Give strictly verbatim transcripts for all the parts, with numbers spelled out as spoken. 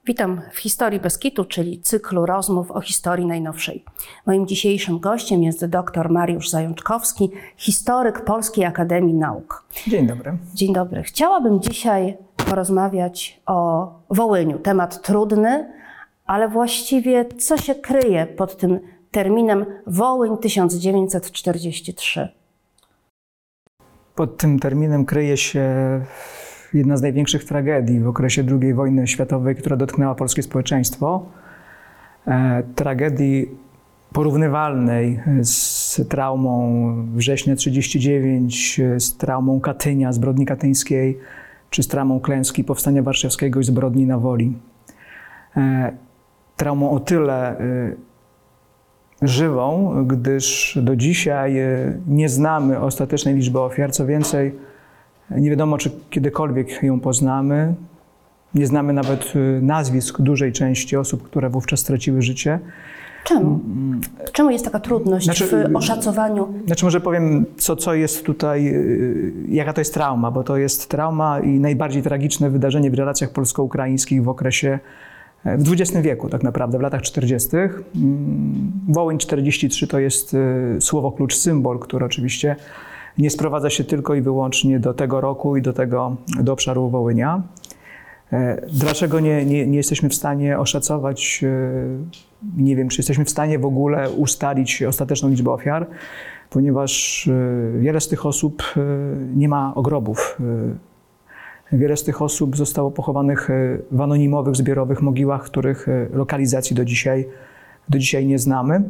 Witam w Historii Beskidu, czyli cyklu rozmów o historii najnowszej. Moim dzisiejszym gościem jest dr Mariusz Zajączkowski, historyk Polskiej Akademii Nauk. Dzień dobry. Dzień dobry. Chciałabym dzisiaj porozmawiać o Wołyniu. Temat trudny, ale właściwie co się kryje pod tym terminem Wołyń tysiąc dziewięćset czterdziesty trzeci? Pod tym terminem kryje się jedna z największych tragedii w okresie drugiej wojny światowej, która dotknęła polskie społeczeństwo. E, tragedii porównywalnej z traumą września tysiąc dziewięćset trzydziestego dziewiątego, z traumą Katynia, zbrodni katyńskiej, czy z traumą klęski Powstania Warszawskiego i zbrodni na Woli. E, traumą o tyle e, żywą, gdyż do dzisiaj e, nie znamy ostatecznej liczby ofiar. Co więcej, nie wiadomo, czy kiedykolwiek ją poznamy. Nie znamy nawet nazwisk dużej części osób, które wówczas straciły życie. Czemu? Czemu jest taka trudność znaczy, w oszacowaniu? Znaczy może powiem, co, co jest tutaj, jaka to jest trauma, bo to jest trauma i najbardziej tragiczne wydarzenie w relacjach polsko-ukraińskich w okresie, w dwudziestym wieku tak naprawdę, w latach czterdziestych. Wołyń czterdzieści trzy to jest słowo klucz, symbol, który oczywiście nie sprowadza się tylko i wyłącznie do tego roku i do tego, do obszaru Wołynia. Dlaczego nie, nie, nie jesteśmy w stanie oszacować, nie wiem, czy jesteśmy w stanie w ogóle ustalić ostateczną liczbę ofiar, ponieważ wiele z tych osób nie ma ogrobów. Wiele z tych osób zostało pochowanych w anonimowych, zbiorowych mogiłach, których lokalizacji do dzisiaj, do dzisiaj nie znamy.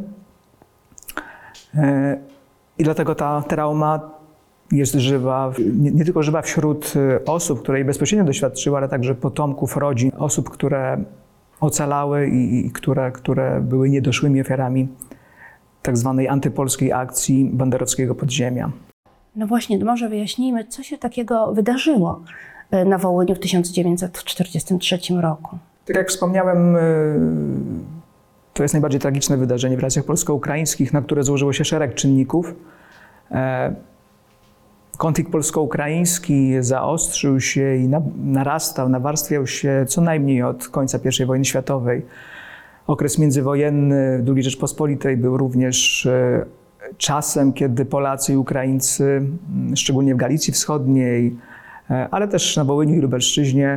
I dlatego ta trauma jest żywa, nie, nie tylko żywa wśród osób, które jej bezpośrednio doświadczyły, ale także potomków, rodzin, osób, które ocalały i, i które, które były niedoszłymi ofiarami tak zwanej antypolskiej akcji banderowskiego podziemia. No właśnie, może wyjaśnijmy, co się takiego wydarzyło na Wołyniu w tysiąc dziewięćset czterdziestym trzecim roku. Tak jak wspomniałem, to jest najbardziej tragiczne wydarzenie w relacjach polsko-ukraińskich, na które złożyło się szereg czynników. Konflikt polsko-ukraiński zaostrzył się i narastał, nawarstwiał się co najmniej od końca pierwszej wojny światowej. Okres międzywojenny w drugiej Rzeczpospolitej był również czasem, kiedy Polacy i Ukraińcy, szczególnie w Galicji Wschodniej, ale też na Wołyniu i Lubelszczyźnie,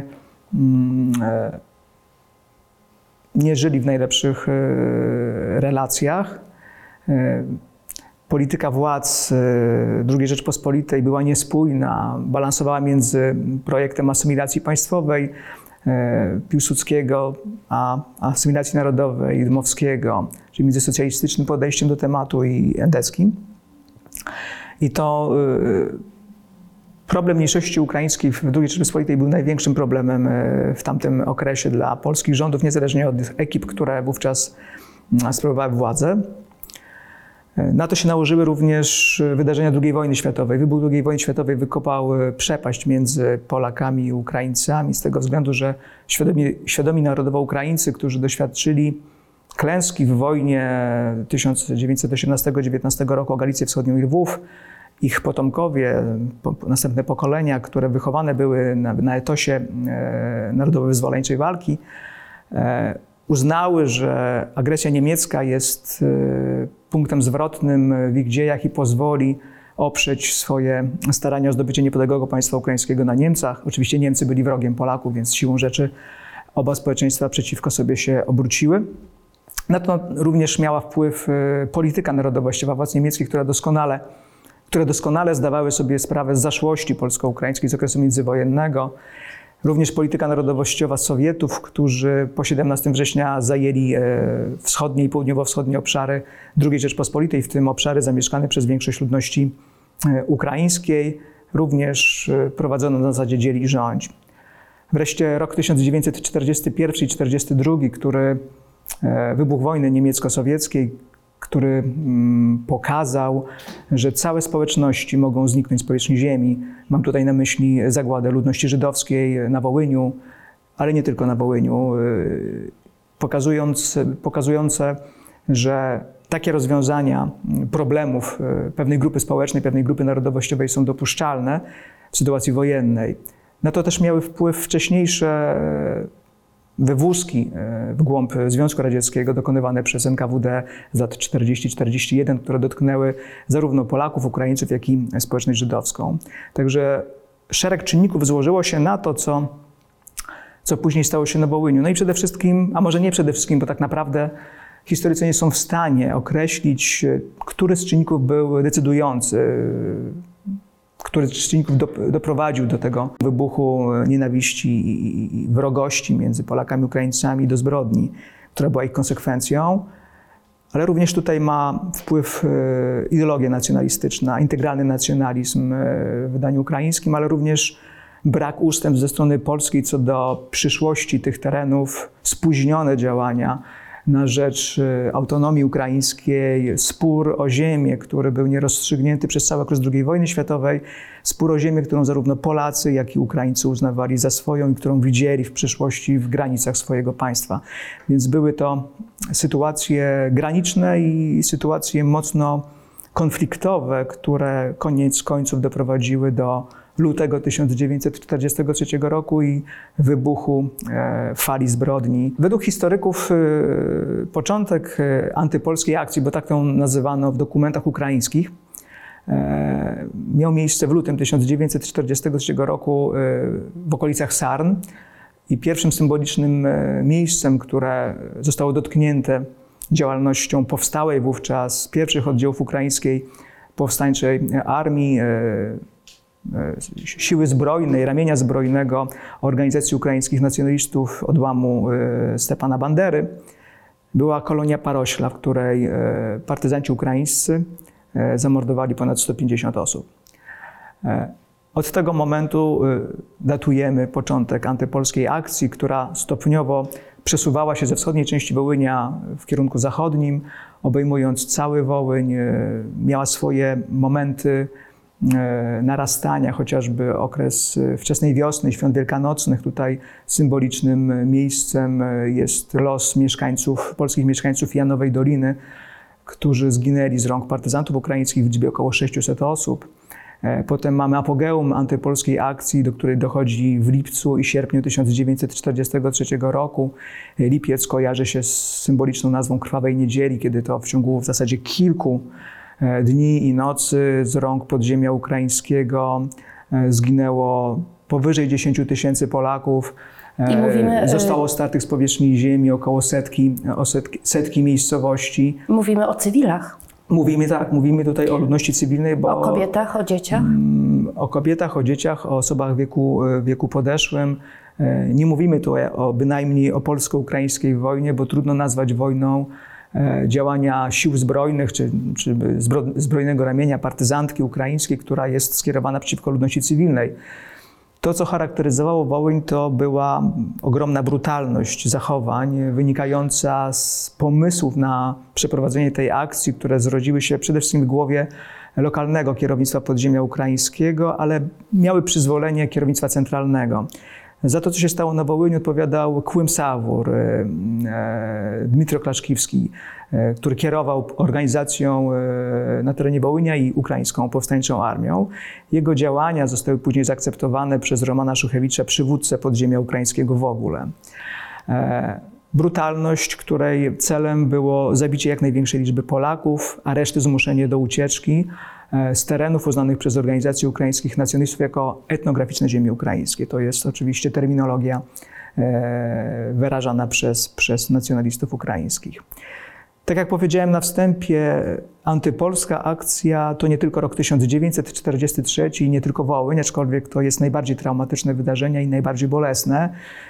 nie żyli w najlepszych relacjach. Polityka władz drugiej Rzeczpospolitej była niespójna, balansowała między projektem asymilacji państwowej Piłsudskiego a asymilacji narodowej Dmowskiego, czyli między socjalistycznym podejściem do tematu i endeckim. I to problem mniejszości ukraińskiej w drugiej Rzeczypospolitej był największym problemem w tamtym okresie dla polskich rządów, niezależnie od ekip, które wówczas sprawowały władzę. Na to się nałożyły również wydarzenia drugiej wojny światowej. Wybuch drugiej wojny światowej wykopał przepaść między Polakami i Ukraińcami z tego względu, że świadomi, świadomi narodowo Ukraińcy, którzy doświadczyli klęski w wojnie tysiąc dziewięćset osiemnastego dziewiętnastego roku o Galicję Wschodnią i Lwów, ich potomkowie, po, następne pokolenia, które wychowane były na, na etosie e, narodowo-wyzwoleńczej walki, e, uznały, że agresja niemiecka jest e, punktem zwrotnym w ich dziejach i pozwoli oprzeć swoje starania o zdobycie niepodległego państwa ukraińskiego na Niemcach. Oczywiście Niemcy byli wrogiem Polaków, więc siłą rzeczy oba społeczeństwa przeciwko sobie się obróciły. Na to również miała wpływ e, polityka narodowościowa władz niemieckich, która doskonale które doskonale zdawały sobie sprawę z zaszłości polsko-ukraińskiej z okresu międzywojennego. Również polityka narodowościowa Sowietów, którzy po siedemnastego września zajęli wschodnie i południowo-wschodnie obszary drugiej Rzeczpospolitej, w tym obszary zamieszkane przez większość ludności ukraińskiej, również prowadzono na zasadzie dziel i rządź. Wreszcie rok tysiąc dziewięćset czterdziesty pierwszy i czterdziesty drugi, który wybuch wojny niemiecko-sowieckiej, który pokazał, że całe społeczności mogą zniknąć z powierzchni ziemi. Mam tutaj na myśli zagładę ludności żydowskiej na Wołyniu, ale nie tylko na Wołyniu, pokazując, pokazujące, że takie rozwiązania problemów pewnej grupy społecznej, pewnej grupy narodowościowej są dopuszczalne w sytuacji wojennej. Na to też miały wpływ wcześniejsze wywózki w głąb Związku Radzieckiego dokonywane przez N K W D z lat czterdziestego do czterdziestego pierwszego, które dotknęły zarówno Polaków, Ukraińców, jak i społeczność żydowską. Także szereg czynników złożyło się na to, co, co później stało się na Wołyniu. No i przede wszystkim, a może nie przede wszystkim, bo tak naprawdę historycy nie są w stanie określić, który z czynników był decydujący, który z czynników do, doprowadził do tego wybuchu nienawiści i, i wrogości między Polakami i Ukraińcami, do zbrodni, która była ich konsekwencją. Ale również tutaj ma wpływ ideologia nacjonalistyczna, integralny nacjonalizm w wydaniu ukraińskim, ale również brak ustępstw ze strony polskiej co do przyszłości tych terenów, spóźnione działania na rzecz autonomii ukraińskiej, spór o ziemię, który był nierozstrzygnięty przez cały okres drugiej wojny światowej, spór o ziemię, którą zarówno Polacy, jak i Ukraińcy uznawali za swoją i którą widzieli w przyszłości w granicach swojego państwa. Więc były to sytuacje graniczne i sytuacje mocno konfliktowe, które koniec końców doprowadziły do lutego tysiąc dziewięćset czterdziestego trzeciego roku i wybuchu e, fali zbrodni. Według historyków e, początek e, antypolskiej akcji, bo tak ją nazywano w dokumentach ukraińskich, e, miał miejsce w lutym tysiąc dziewięćset czterdziestego trzeciego roku e, w okolicach Sarn i pierwszym symbolicznym e, miejscem, które zostało dotknięte działalnością powstałej wówczas pierwszych oddziałów ukraińskiej powstańczej armii, e, siły zbrojnej, ramienia zbrojnego Organizacji Ukraińskich Nacjonalistów odłamu Stepana Bandery, była kolonia Parośla, w której partyzanci ukraińscy zamordowali ponad sto pięćdziesiąt osób. Od tego momentu datujemy początek antypolskiej akcji, która stopniowo przesuwała się ze wschodniej części Wołynia w kierunku zachodnim, obejmując cały Wołyń, miała swoje momenty narastania, chociażby okres wczesnej wiosny, świąt wielkanocnych. Tutaj symbolicznym miejscem jest los mieszkańców, polskich mieszkańców Janowej Doliny, którzy zginęli z rąk partyzantów ukraińskich w liczbie około sześciuset osób. Potem mamy apogeum antypolskiej akcji, do której dochodzi w lipcu i sierpniu tysiąc dziewięćset czterdziestego trzeciego roku. Lipiec kojarzy się z symboliczną nazwą Krwawej Niedzieli, kiedy to w ciągu w zasadzie kilku dni i nocy z rąk podziemia ukraińskiego zginęło powyżej dziesięciu tysięcy Polaków. I mówimy, Zostało startych z powierzchni ziemi około setki, o setki, setki miejscowości. Mówimy o cywilach. Mówimy tak, mówimy tutaj o ludności cywilnej, bo o kobietach, o dzieciach. O kobietach, o dzieciach, o osobach w wieku, wieku podeszłym. Nie mówimy tu o, bynajmniej o polsko-ukraińskiej wojnie, bo trudno nazwać wojną działania sił zbrojnych, czy, czy zbrojnego ramienia partyzantki ukraińskiej, która jest skierowana przeciwko ludności cywilnej. To, co charakteryzowało Wołyń, to była ogromna brutalność zachowań wynikająca z pomysłów na przeprowadzenie tej akcji, które zrodziły się przede wszystkim w głowie lokalnego kierownictwa podziemia ukraińskiego, ale miały przyzwolenie kierownictwa centralnego. Za to, co się stało na Wołyniu, odpowiadał Kłym Sawur, Dmytro Klaszkiwski, który kierował organizacją na terenie Wołynia i ukraińską powstańczą armią. Jego działania zostały później zaakceptowane przez Romana Szuchewicza, przywódcę podziemia ukraińskiego w ogóle. Brutalność, której celem było zabicie jak największej liczby Polaków, a reszty zmuszenie do ucieczki z terenów uznanych przez organizacje ukraińskich nacjonalistów jako etnograficzne ziemie ukraińskie. To jest oczywiście terminologia wyrażana przez, przez nacjonalistów ukraińskich. Tak jak powiedziałem na wstępie, antypolska akcja to nie tylko rok tysiąc dziewięćset czterdziesty trzeci i nie tylko Wołyń, aczkolwiek to jest najbardziej traumatyczne wydarzenie i najbardziej bolesne.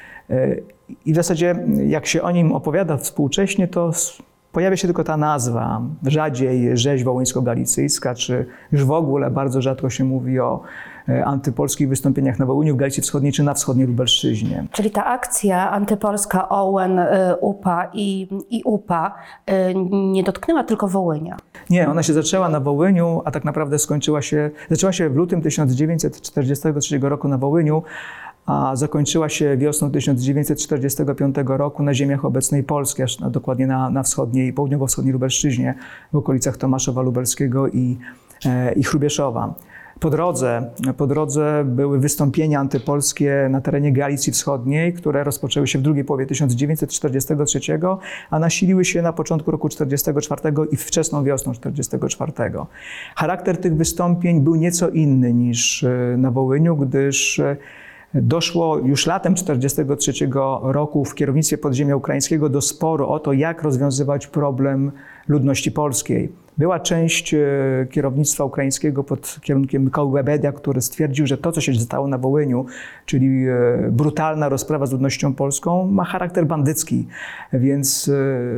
I w zasadzie jak się o nim opowiada współcześnie, to pojawia się tylko ta nazwa, rzadziej rzeź wołyńsko-galicyjska, czy już w ogóle bardzo rzadko się mówi o antypolskich wystąpieniach na Wołyniu, w Galicji Wschodniej czy na wschodniej Lubelszczyźnie. Czyli ta akcja antypolska Ołen, U P A i, i U P A nie dotknęła tylko Wołynia. Nie, ona się zaczęła na Wołyniu, a tak naprawdę skończyła się, zaczęła się w lutym tysiąc dziewięćset czterdziestego trzeciego roku na Wołyniu, a zakończyła się wiosną tysiąc dziewięćset czterdziestego piątego roku na ziemiach obecnej Polski, aż na, dokładnie na, na wschodniej, południowo-wschodniej Lubelszczyźnie, w okolicach Tomaszowa Lubelskiego i, e, i Hrubieszowa. Po drodze, po drodze były wystąpienia antypolskie na terenie Galicji Wschodniej, które rozpoczęły się w drugiej połowie tysiąc dziewięćset czterdziestego trzeciego, a nasiliły się na początku roku czterdziestego czwartego i wczesną wiosną czterdziestego czwartego. Charakter tych wystąpień był nieco inny niż na Wołyniu, gdyż doszło już latem czterdziestego trzeciego roku w kierownictwie podziemia ukraińskiego do sporu o to, jak rozwiązywać problem ludności polskiej. Była część kierownictwa ukraińskiego pod kierunkiem Mykoły Łebedia, który stwierdził, że to, co się stało na Wołyniu, czyli brutalna rozprawa z ludnością polską, ma charakter bandycki, więc,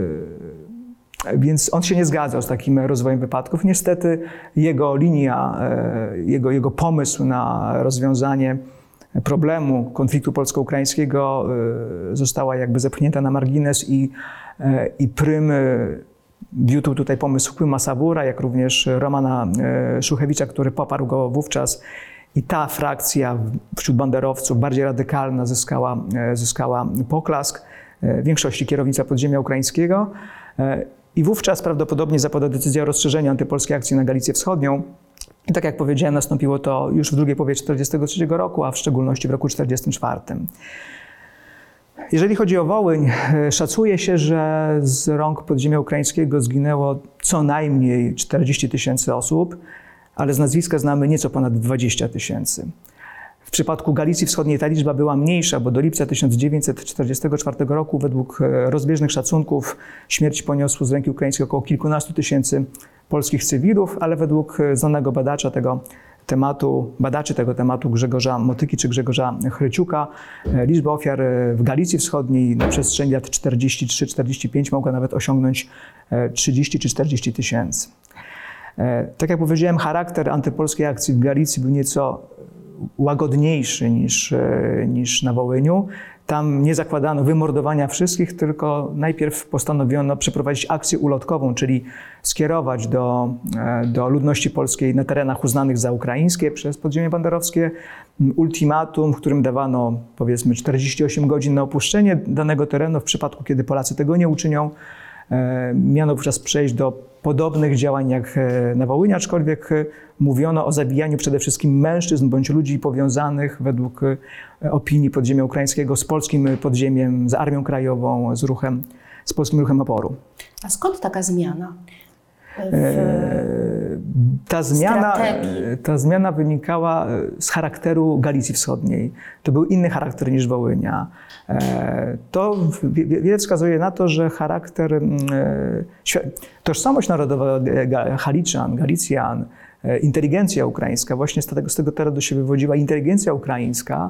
więc on się nie zgadzał z takim rozwojem wypadków. Niestety jego linia, jego, jego pomysł na rozwiązanie problemu konfliktu polsko-ukraińskiego została jakby zepchnięta na margines i, i prym wiódł tutaj pomysł Kłyma Sawura, jak również Romana Szuchewicza, który poparł go wówczas. I ta frakcja wśród banderowców, bardziej radykalna, zyskała, zyskała poklask większości kierownictwa podziemia ukraińskiego. I wówczas prawdopodobnie zapadła decyzja o rozszerzeniu antypolskiej akcji na Galicję Wschodnią. I tak jak powiedziałem, nastąpiło to już w drugiej połowie czterdziestego trzeciego roku, a w szczególności w roku czterdziestym czwartym. Jeżeli chodzi o Wołyń, szacuje się, że z rąk podziemia ukraińskiego zginęło co najmniej czterdzieści tysięcy osób, ale z nazwiska znamy nieco ponad dwadzieścia tysięcy. W przypadku Galicji Wschodniej ta liczba była mniejsza, bo do lipca tysiąc dziewięćset czterdziestego czwartego roku według rozbieżnych szacunków śmierć poniosło z ręki ukraińskiej około kilkunastu tysięcy polskich cywilów, ale według znanego badacza tego tematu, badaczy tego tematu Grzegorza Motyki czy Grzegorza Chryciuka, liczba ofiar w Galicji Wschodniej na przestrzeni lat czterdziestu trzech do czterdziestu pięciu mogła nawet osiągnąć trzydzieści czy czterdzieści tysięcy. Tak jak powiedziałem, charakter antypolskiej akcji w Galicji był nieco łagodniejszy niż, niż na Wołyniu. Tam nie zakładano wymordowania wszystkich, tylko najpierw postanowiono przeprowadzić akcję ulotkową, czyli skierować do, do ludności polskiej na terenach uznanych za ukraińskie przez podziemie banderowskie ultimatum, w którym dawano powiedzmy czterdzieści osiem godzin na opuszczenie danego terenu. W przypadku, kiedy Polacy tego nie uczynią, miano wówczas przejść do podobnych działań jak na Wołyniu, aczkolwiek mówiono o zabijaniu przede wszystkim mężczyzn bądź ludzi powiązanych według opinii podziemia ukraińskiego z polskim podziemiem, z Armią Krajową, z ruchem, z polskim ruchem oporu. A skąd taka zmiana? Ta zmiana, strategii? ta zmiana wynikała z charakteru Galicji Wschodniej. To był inny charakter niż Wołynia. To wiele wskazuje na to, że charakter, tożsamość narodowa Haliczan, Galicjan, inteligencja ukraińska, właśnie z tego, z tego terenu się wywodziła inteligencja ukraińska,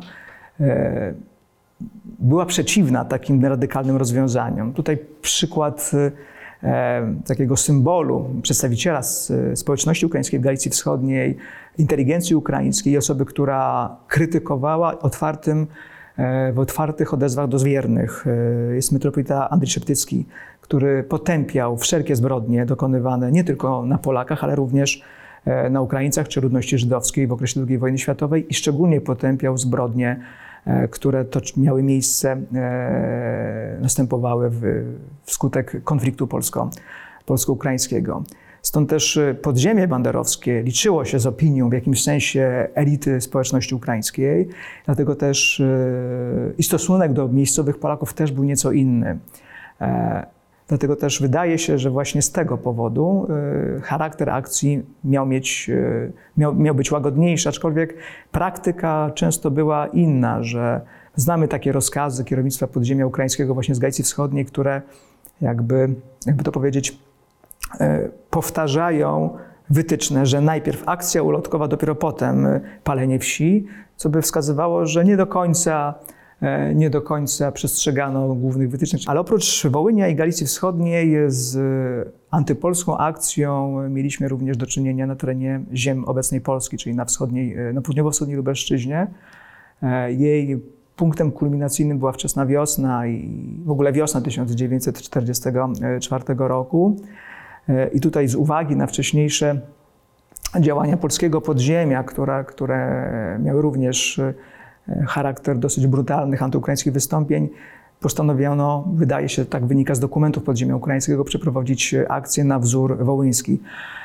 była przeciwna takim radykalnym rozwiązaniom. Tutaj przykład takiego symbolu przedstawiciela społeczności ukraińskiej w Galicji Wschodniej, inteligencji ukraińskiej, osoby, która krytykowała otwartym, w otwartych odezwach do wiernych. Jest metropolita Andrzej Szeptycki, który potępiał wszelkie zbrodnie dokonywane nie tylko na Polakach, ale również na Ukraińcach czy ludności żydowskiej w okresie drugiej wojny światowej i szczególnie potępiał zbrodnie, które to miały miejsce, następowały wskutek konfliktu polsko, polsko-ukraińskiego. Stąd też podziemie banderowskie liczyło się z opinią w jakimś sensie elity społeczności ukraińskiej, dlatego też i stosunek do miejscowych Polaków też był nieco inny. Dlatego też wydaje się, że właśnie z tego powodu charakter akcji miał, mieć, miał, miał być łagodniejszy, aczkolwiek praktyka często była inna, że znamy takie rozkazy kierownictwa podziemia ukraińskiego właśnie z Galicji Wschodniej, które jakby, jakby to powiedzieć, powtarzają wytyczne, że najpierw akcja ulotkowa, dopiero potem palenie wsi, co by wskazywało, że nie do końca nie do końca przestrzegano głównych wytycznych. Ale oprócz Wołynia i Galicji Wschodniej z antypolską akcją mieliśmy również do czynienia na terenie ziem obecnej Polski, czyli na, wschodniej, na południowo-wschodniej Lubelszczyźnie. Jej punktem kulminacyjnym była wczesna wiosna i w ogóle wiosna tysiąc dziewięćset czterdziestego czwartego roku. I tutaj z uwagi na wcześniejsze działania polskiego podziemia, które, które miały również charakter dosyć brutalnych antyukraińskich wystąpień, postanowiono, wydaje się, tak wynika z dokumentów podziemia ukraińskiego, przeprowadzić akcję na wzór wołyński.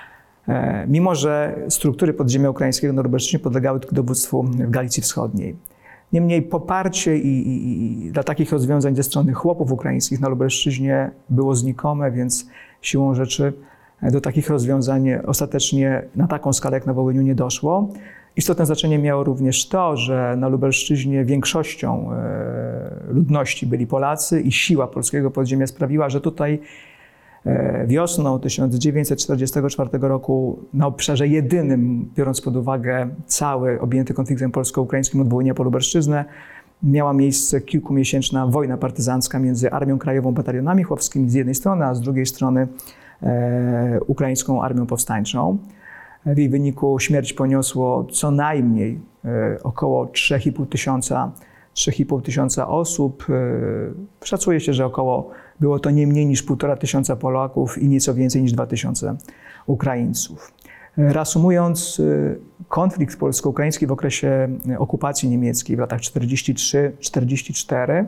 mimo że struktury podziemia ukraińskiego na Lubelszczyźnie podlegały tylko dowództwu w Galicji Wschodniej. Niemniej poparcie i, i, i dla takich rozwiązań ze strony chłopów ukraińskich na Lubelszczyźnie było znikome, więc siłą rzeczy do takich rozwiązań ostatecznie na taką skalę jak na Wołyniu nie doszło. Istotne znaczenie miało również to, że na Lubelszczyźnie większością ludności byli Polacy i siła polskiego podziemia sprawiła, że tutaj wiosną tysiąc dziewięćset czterdziestego czwartego roku na obszarze jedynym, biorąc pod uwagę cały objęty konfliktem polsko-ukraińskim od Wołynia po Lubelszczyznę, miała miejsce kilkumiesięczna wojna partyzancka między Armią Krajową, batalionami chłopskimi z jednej strony, a z drugiej strony e, ukraińską armią powstańczą. W jej wyniku śmierć poniosło co najmniej e, około trzy i pół tysiąca, trzy i pół tysiąca osób. E, szacuje się, że około było to nie mniej niż półtora tysiąca Polaków i nieco więcej niż dwa tysiące Ukraińców. Reasumując, konflikt polsko-ukraiński w okresie okupacji niemieckiej w latach czterdziestym trzecim do czterdziestego czwartego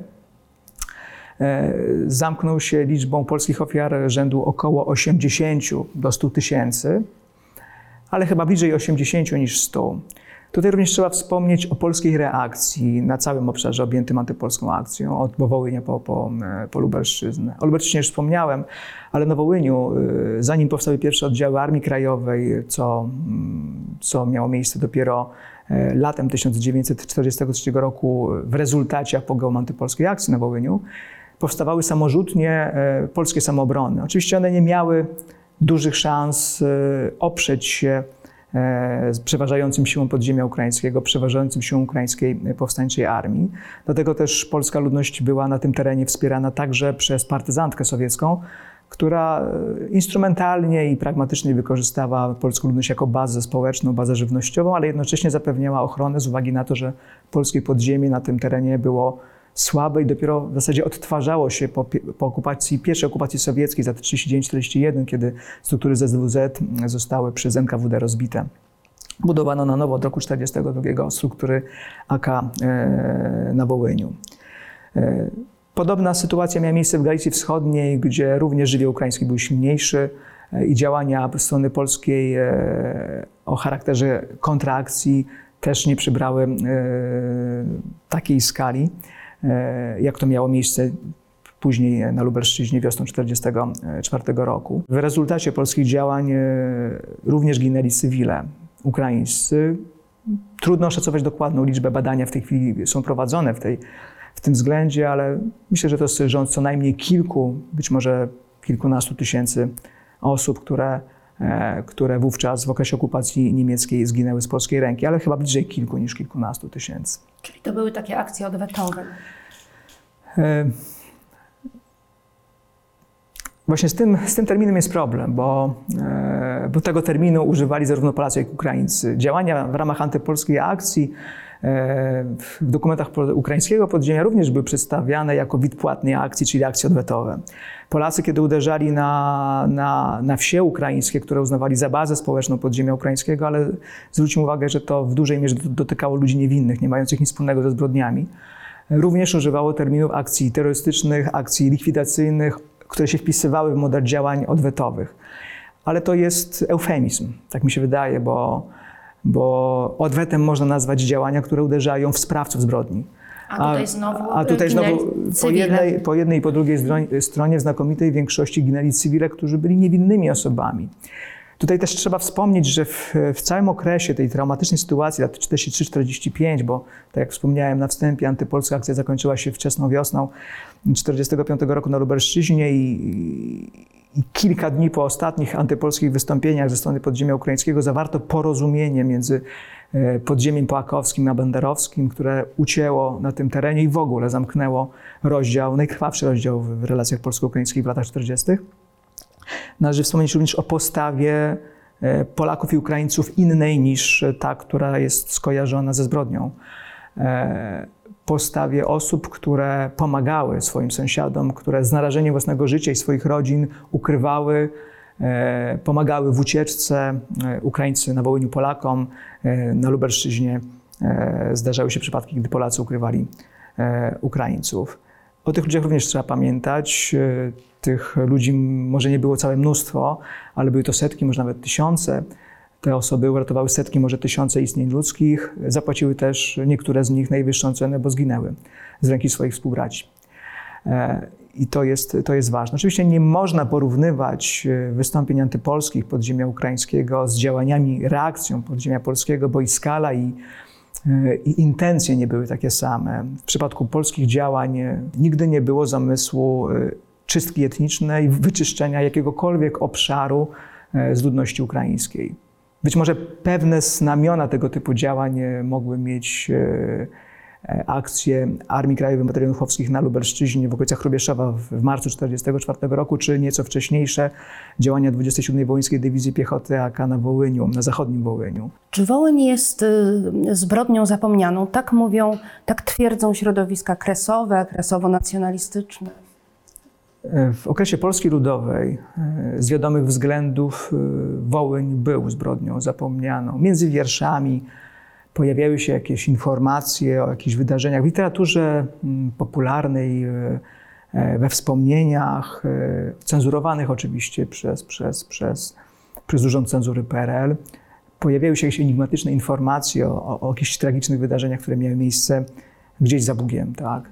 zamknął się liczbą polskich ofiar rzędu około osiemdziesięciu do stu tysięcy, ale chyba bliżej osiemdziesięciu niż stu. Tutaj również trzeba wspomnieć o polskiej reakcji na całym obszarze objętym antypolską akcją, od Wołynia po, po, po Lubelszczyznę. O Lubelszczyźnie już wspomniałem, ale na Wołyniu, zanim powstały pierwsze oddziały Armii Krajowej, co, co miało miejsce dopiero latem tysiąc dziewięćset czterdziestego trzeciego roku w rezultacie apogeum antypolskiej akcji na Wołyniu, powstawały samorzutnie polskie samoobrony. Oczywiście one nie miały dużych szans oprzeć się z przeważającym siłą podziemia ukraińskiego, przeważającym siłą ukraińskiej powstańczej armii. Dlatego też polska ludność była na tym terenie wspierana także przez partyzantkę sowiecką, która instrumentalnie i pragmatycznie wykorzystała polską ludność jako bazę społeczną, bazę żywnościową, ale jednocześnie zapewniała ochronę z uwagi na to, że polskie podziemie na tym terenie było słabe i dopiero w zasadzie odtwarzało się po, po okupacji, pierwszej okupacji sowieckiej za trzydzieści dziewięć czterdzieści jeden, kiedy struktury Z S W Z zostały przez N K W D rozbite. Budowano na nowo od roku tysiąc dziewięćset czterdziestego drugiego struktury A K na Wołyniu. Podobna sytuacja miała miejsce w Galicji Wschodniej, gdzie również żywioł ukraiński był silniejszy i działania strony polskiej o charakterze kontraakcji też nie przybrały takiej skali, jak to miało miejsce później na Lubelszczyźnie wiosną tysiąc dziewięćset czterdziestego czwartego roku. W rezultacie polskich działań również ginęli cywile ukraińscy. Trudno oszacować dokładną liczbę, badania w tej chwili są prowadzone w, tej, w tym względzie, ale myślę, że to jest rząd co najmniej kilku, być może kilkunastu tysięcy osób, które, które wówczas w okresie okupacji niemieckiej zginęły z polskiej ręki, ale chyba bliżej kilku niż kilkunastu tysięcy. Czyli to były takie akcje odwetowe. Właśnie z tym, z tym terminem jest problem, bo, bo tego terminu używali zarówno Polacy, jak i Ukraińcy. Działania w ramach antypolskiej akcji w dokumentach ukraińskiego podziemia również były przedstawiane jako wid płatnej akcji, czyli akcje odwetowe. Polacy, kiedy uderzali na, na, na wsie ukraińskie, które uznawali za bazę społeczną podziemia ukraińskiego, ale zwróćmy uwagę, że to w dużej mierze dotykało ludzi niewinnych, nie mających nic wspólnego ze zbrodniami, również używało terminów akcji terrorystycznych, akcji likwidacyjnych, które się wpisywały w model działań odwetowych. Ale to jest eufemizm, tak mi się wydaje, bo, bo odwetem można nazwać działania, które uderzają w sprawców zbrodni. A tutaj znowu, a, a tutaj znowu po, jednej, po jednej i po drugiej stronie w znakomitej większości ginęli cywile, którzy byli niewinnymi osobami. Tutaj też trzeba wspomnieć, że w, w całym okresie tej traumatycznej sytuacji lat czterdziesty trzeci czterdziesty piąty, bo tak jak wspomniałem na wstępie, antypolska akcja zakończyła się wczesną wiosną tysiąc dziewięćset czterdziestego piątego roku na Lubelszczyźnie i, i kilka dni po ostatnich antypolskich wystąpieniach ze strony podziemia ukraińskiego zawarto porozumienie między podziemiem połakowskim a banderowskim, które ucięło na tym terenie i w ogóle zamknęło rozdział, najkrwawszy rozdział w relacjach polsko-ukraińskich w latach czterdziestych. Należy wspomnieć również o postawie Polaków i Ukraińców innej niż ta, która jest skojarzona ze zbrodnią. Postawie osób, które pomagały swoim sąsiadom, które z narażeniem własnego życia i swoich rodzin ukrywały, pomagały w ucieczce. Ukraińcy na Wołyniu Polakom, na Lubelszczyźnie zdarzały się przypadki, gdy Polacy ukrywali Ukraińców. O tych ludziach również trzeba pamiętać. Tych ludzi może nie było całe mnóstwo, ale były to setki, może nawet tysiące. Te osoby uratowały setki, może tysiące istnień ludzkich. Zapłaciły też niektóre z nich najwyższą cenę, bo zginęły z ręki swoich współbraci. I to jest, to jest ważne. Oczywiście nie można porównywać wystąpień antypolskich podziemia ukraińskiego z działaniami, reakcją podziemia polskiego, bo i skala, i, i intencje nie były takie same. W przypadku polskich działań nigdy nie było zamysłu czystki etnicznej, wyczyszczenia jakiegokolwiek obszaru z ludności ukraińskiej. Być może pewne znamiona tego typu działań mogły mieć akcje Armii Krajowej Batalionów Chłopskich na Lubelszczyźnie w okolicach Hrubieszowa w marcu tysiąc dziewięćset czterdziestego czwartego roku, czy nieco wcześniejsze działania dwudziestej siódmej Wołyńskiej Dywizji Piechoty A K na Wołyniu, na zachodnim Wołyniu. Czy Wołyń jest y, zbrodnią zapomnianą? Tak mówią, tak twierdzą środowiska kresowe, kresowo-nacjonalistyczne. W okresie Polski Ludowej z wiadomych względów Wołyń był zbrodnią zapomnianą. Między wierszami pojawiały się jakieś informacje o jakichś wydarzeniach w literaturze popularnej, we wspomnieniach, cenzurowanych oczywiście przez, przez, przez, przez Urząd Cenzury P R L. Pojawiały się jakieś enigmatyczne informacje o, o, o jakichś tragicznych wydarzeniach, które miały miejsce gdzieś za Bugiem, tak?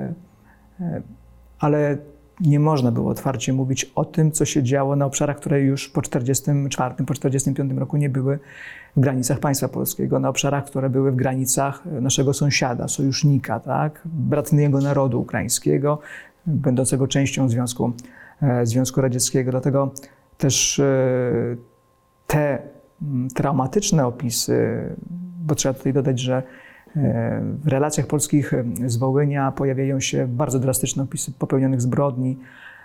Ale nie można było otwarcie mówić o tym, co się działo na obszarach, które już po czterdziestym czwartym, po czterdziestym piątym roku nie były w granicach państwa polskiego, na obszarach, które były w granicach naszego sąsiada, sojusznika, tak? Bratnego narodu ukraińskiego, będącego częścią Związku, Związku Radzieckiego. Dlatego też te traumatyczne opisy, bo trzeba tutaj dodać, że w relacjach polskich z Wołynia pojawiają się bardzo drastyczne opisy popełnionych zbrodni.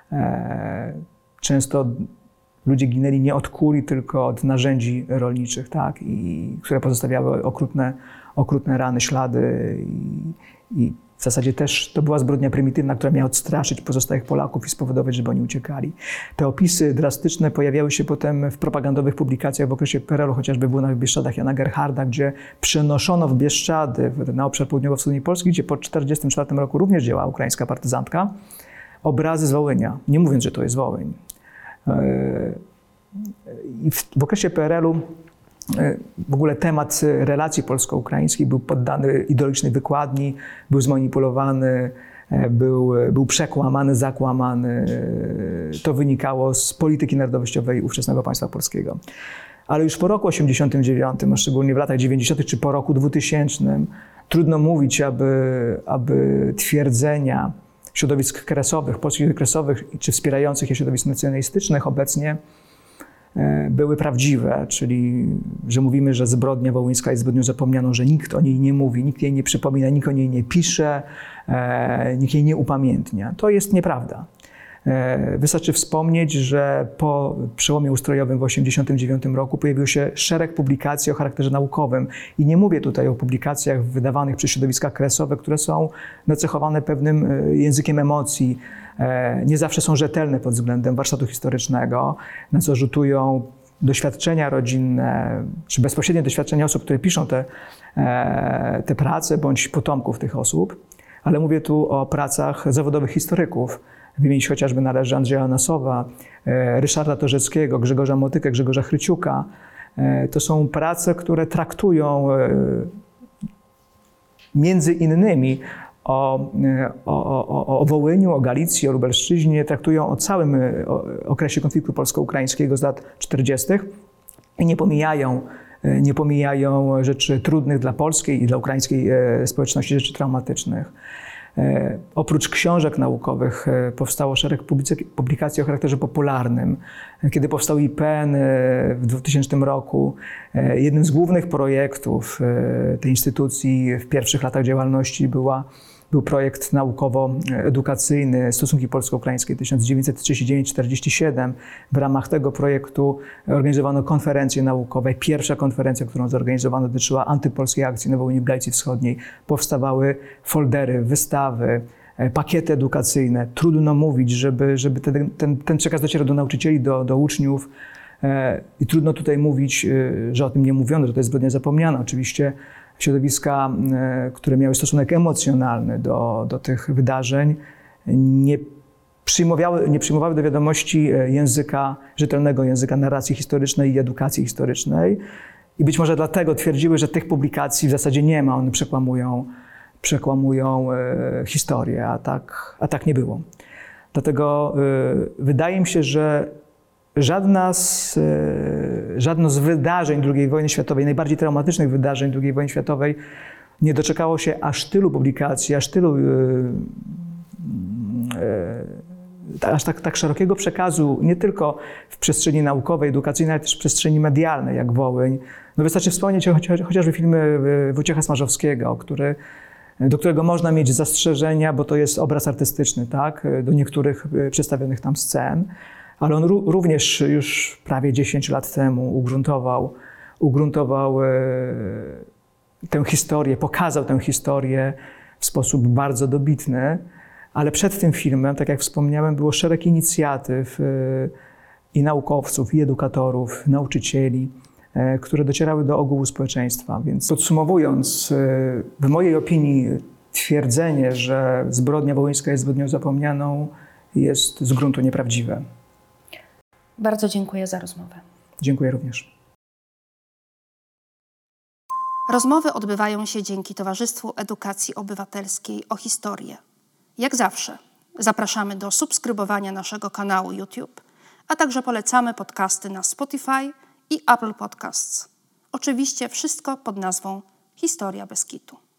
Często ludzie ginęli nie od kuli, tylko od narzędzi rolniczych, tak? I, które pozostawiały okrutne, okrutne rany, ślady. I, I w zasadzie też to była zbrodnia prymitywna, która miała odstraszyć pozostałych Polaków i spowodować, żeby oni uciekali. Te opisy drastyczne pojawiały się potem w propagandowych publikacjach w okresie P R L-u, chociażby było na Bieszczadach Jana Gerharda, gdzie przenoszono w Bieszczady, na obszar południowo-wschodniej Polski, gdzie po tysiąc dziewięćset czterdziestym czwartym roku również działała ukraińska partyzantka, obrazy z Wołynia, nie mówiąc, że to jest Wołyń. I w, w okresie P R L-u w ogóle temat relacji polsko-ukraińskich był poddany ideologicznej wykładni, był zmanipulowany, był, był przekłamany, zakłamany. To wynikało z polityki narodowościowej ówczesnego państwa polskiego. Ale już po roku osiemdziesiątym dziewiątym, a szczególnie w latach dziewięćdziesiątych czy po roku dwutysięcznym, trudno mówić, aby, aby twierdzenia środowisk kresowych, polskich kresowych czy wspierających je środowisk nacjonalistycznych obecnie były prawdziwe, czyli że mówimy, że zbrodnia wołyńska jest zbrodnią zapomnianą, że nikt o niej nie mówi, nikt jej nie przypomina, nikt o niej nie pisze, e, nikt jej nie upamiętnia. To jest nieprawda. E, wystarczy wspomnieć, że po przełomie ustrojowym w osiemdziesiątym dziewiątym roku pojawił się szereg publikacji o charakterze naukowym. I nie mówię tutaj o publikacjach wydawanych przez środowiska kresowe, które są nacechowane pewnym językiem emocji, nie zawsze są rzetelne pod względem warsztatu historycznego, na co rzutują doświadczenia rodzinne, czy bezpośrednie doświadczenia osób, które piszą te, te prace, bądź potomków tych osób. Ale mówię tu o pracach zawodowych historyków. Wymienić chociażby należy Andrzeja Nasowa, Ryszarda Torzeckiego, Grzegorza Motykę, Grzegorza Chryciuka. To są prace, które traktują między innymi O, o, o, o Wołyniu, o Galicji, o Lubelszczyźnie, traktują o całym okresie konfliktu polsko-ukraińskiego z lat czterdziestych i nie pomijają, nie pomijają rzeczy trudnych dla polskiej i dla ukraińskiej społeczności, rzeczy traumatycznych. Oprócz książek naukowych powstało szereg publikacji o charakterze popularnym. Kiedy powstał I P N w dwutysięcznym roku, jednym z głównych projektów tej instytucji w pierwszych latach działalności była Był projekt naukowo-edukacyjny Stosunki polsko-ukraińskie tysiąc dziewięćset trzydzieści dziewięć do czterdzieści siedem. W ramach tego projektu organizowano konferencje naukowe. Pierwsza konferencja, którą zorganizowano, dotyczyła antypolskiej akcji na Wołyniu, w Galicji Wschodniej. Powstawały foldery, wystawy, pakiety edukacyjne. Trudno mówić, żeby, żeby ten, ten, ten przekaz docierał do nauczycieli, do, do uczniów. I trudno tutaj mówić, że o tym nie mówiono, że to jest zbrodnia zapomniana. Oczywiście środowiska, które miały stosunek emocjonalny do, do tych wydarzeń, nie przyjmowały, nie przyjmowały do wiadomości języka, rzetelnego języka narracji historycznej i edukacji historycznej. I być może dlatego twierdziły, że tych publikacji w zasadzie nie ma, one przekłamują, przekłamują e, historię, a tak, a tak nie było. Dlatego e, wydaje mi się, że żadna z, e, żadno z wydarzeń drugiej wojny światowej, najbardziej traumatycznych wydarzeń drugiej wojny światowej, nie doczekało się aż tylu publikacji, aż tylu e, e, aż tak, tak szerokiego przekazu, nie tylko w przestrzeni naukowej, edukacyjnej, ale też w przestrzeni medialnej, jak Wołyń. No wystarczy wspomnieć choć, chociażby filmy Wojciecha Smarzowskiego, który, do którego można mieć zastrzeżenia, bo to jest obraz artystyczny, tak? Do niektórych przedstawionych tam scen, ale on również już prawie dziesięć lat temu ugruntował, ugruntował e, tę historię, pokazał tę historię w sposób bardzo dobitny. Ale przed tym filmem, tak jak wspomniałem, było szereg inicjatyw i naukowców, i edukatorów, nauczycieli, które docierały do ogółu społeczeństwa. Więc podsumowując, w mojej opinii twierdzenie, że zbrodnia wołyńska jest zbrodnią zapomnianą, jest z gruntu nieprawdziwe. Bardzo dziękuję za rozmowę. Dziękuję również. Rozmowy odbywają się dzięki Towarzystwu Edukacji Obywatelskiej o Historię. Jak zawsze zapraszamy do subskrybowania naszego kanału YouTube, a także polecamy podcasty na Spotify i Apple Podcasts. Oczywiście wszystko pod nazwą Historia bez kitu.